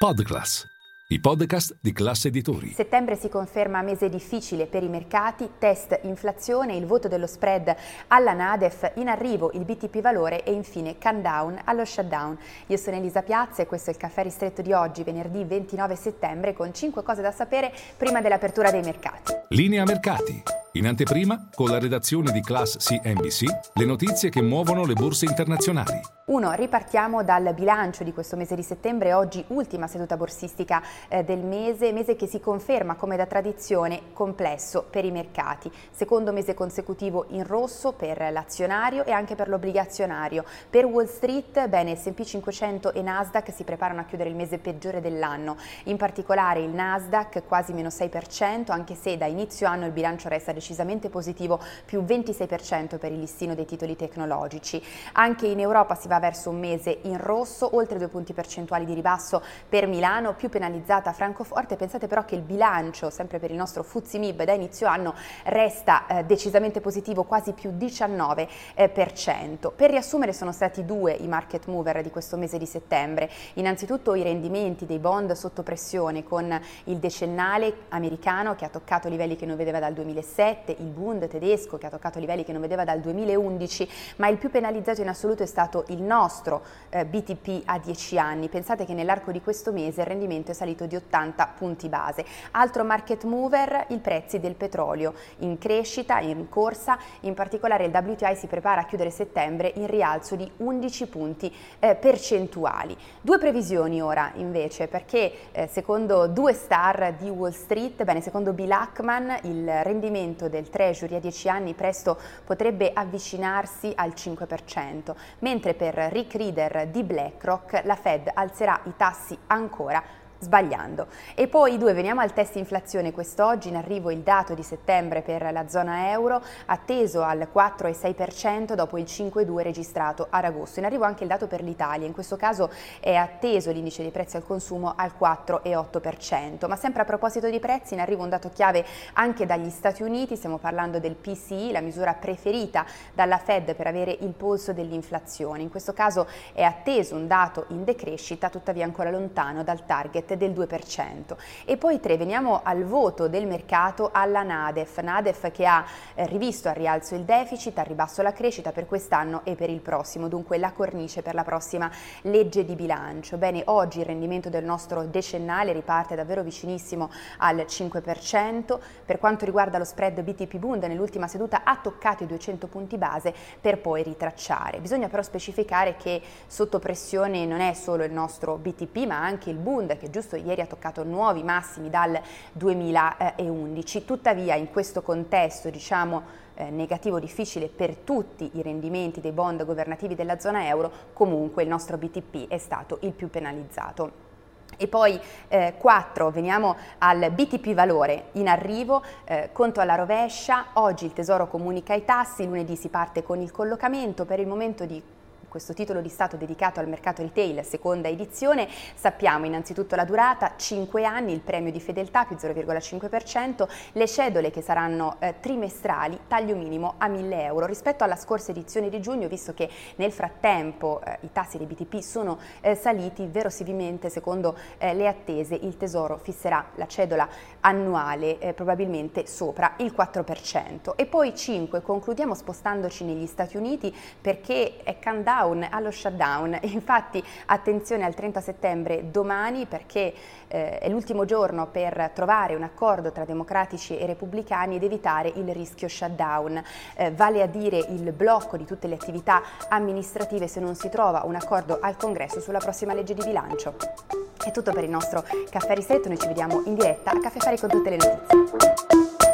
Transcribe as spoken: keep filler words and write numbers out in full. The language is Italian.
Podclass, i podcast di Class Editori. Settembre si conferma mese difficile per i mercati, test inflazione, il voto dello spread alla Nadef, in arrivo il B T P valore e infine countdown allo shutdown. Io sono Elisa Piazza e questo è il caffè ristretto di oggi, venerdì ventinove settembre, con cinque cose da sapere prima dell'apertura dei mercati. Linea mercati. In anteprima, con la redazione di Class C N B C, le notizie che muovono le borse internazionali. uno. Ripartiamo dal bilancio di questo mese di settembre, oggi ultima seduta borsistica eh, del mese, mese che si conferma come da tradizione complesso per i mercati. Secondo mese consecutivo in rosso per l'azionario e anche per l'obbligazionario. Per Wall Street, bene, S and P cinquecento e Nasdaq si preparano a chiudere il mese peggiore dell'anno. In particolare il Nasdaq quasi meno sei per cento, anche se da inizio anno il bilancio resta decisamente positivo, più ventisei per cento per il listino dei titoli tecnologici. Anche in Europa si va verso un mese in rosso, oltre due punti percentuali di ribasso per Milano, più penalizzata Francoforte. Pensate però che il bilancio, sempre per il nostro F T S E M I B da inizio anno, resta eh, decisamente positivo, quasi più diciannove per cento. Per riassumere, sono stati due i market mover di questo mese di settembre. Innanzitutto i rendimenti dei bond sotto pressione, con il decennale americano che ha toccato livelli che non vedeva dal duemilasette, il Bund tedesco che ha toccato livelli che non vedeva dal duemilaundici, ma il più penalizzato in assoluto è stato il nostro eh, B T P a dieci anni. Pensate che nell'arco di questo mese il rendimento è salito di ottanta punti base. Altro market mover, i prezzi del petrolio in crescita, in corsa, in particolare il W T I si prepara a chiudere settembre in rialzo di undici punti eh, percentuali. Due previsioni ora invece, perché eh, secondo due star di Wall Street, bene, secondo Bill Ackman il rendimento del Treasury a dieci anni presto potrebbe avvicinarsi al cinque per cento, mentre per Rick Rieder di BlackRock la Fed alzerà i tassi ancora, sbagliando. E poi due, veniamo al test inflazione. Quest'oggi in arrivo il dato di settembre per la zona euro, atteso al quattro virgola sei per cento dopo il cinque virgola due registrato ad agosto. In arrivo anche il dato per l'Italia, in questo caso è atteso l'indice dei prezzi al consumo al quattro virgola otto per cento. Ma sempre a proposito di prezzi, in arrivo un dato chiave anche dagli Stati Uniti, stiamo parlando del P C E, la misura preferita dalla Fed per avere il polso dell'inflazione. In questo caso è atteso un dato in decrescita, tuttavia ancora lontano dal target del due per cento. E poi tre, veniamo al voto del mercato alla Nadef, Nadef che ha eh, rivisto al rialzo il deficit, al ribasso la crescita per quest'anno e per il prossimo, dunque la cornice per la prossima legge di bilancio. Bene, oggi il rendimento del nostro decennale riparte davvero vicinissimo al cinque per cento. Per quanto riguarda lo spread B T P Bund, nell'ultima seduta ha toccato i duecento punti base per poi ritracciare. Bisogna però specificare che sotto pressione non è solo il nostro B T P, ma anche il Bund, che giusto ieri ha toccato nuovi massimi dal duemilaundici. Tuttavia in questo contesto, diciamo, eh, negativo, difficile per tutti i rendimenti dei bond governativi della zona euro, comunque il nostro B T P è stato il più penalizzato. E poi eh, quattro, veniamo al B T P valore in arrivo, eh, conto alla rovescia. Oggi il Tesoro comunica i tassi, lunedì si parte con il collocamento. Per il momento di questo titolo di Stato dedicato al mercato retail, seconda edizione, sappiamo innanzitutto la durata, cinque anni, il premio di fedeltà più zero virgola cinque per cento, le cedole che saranno eh, trimestrali, taglio minimo a mille euro. Rispetto alla scorsa edizione di giugno, visto che nel frattempo eh, i tassi dei B T P sono eh, saliti, verosimilmente secondo eh, le attese il Tesoro fisserà la cedola annuale eh, probabilmente sopra il quattro per cento. E poi cinque, concludiamo spostandoci negli Stati Uniti, perché è countdown allo shutdown. Infatti attenzione al trenta settembre, domani, perché eh, è l'ultimo giorno per trovare un accordo tra democratici e repubblicani ed evitare il rischio shutdown, eh, vale a dire il blocco di tutte le attività amministrative se non si trova un accordo al Congresso sulla prossima legge di bilancio. È tutto per il nostro caffè ristretto, noi ci vediamo in diretta a Caffè Affari con tutte le notizie.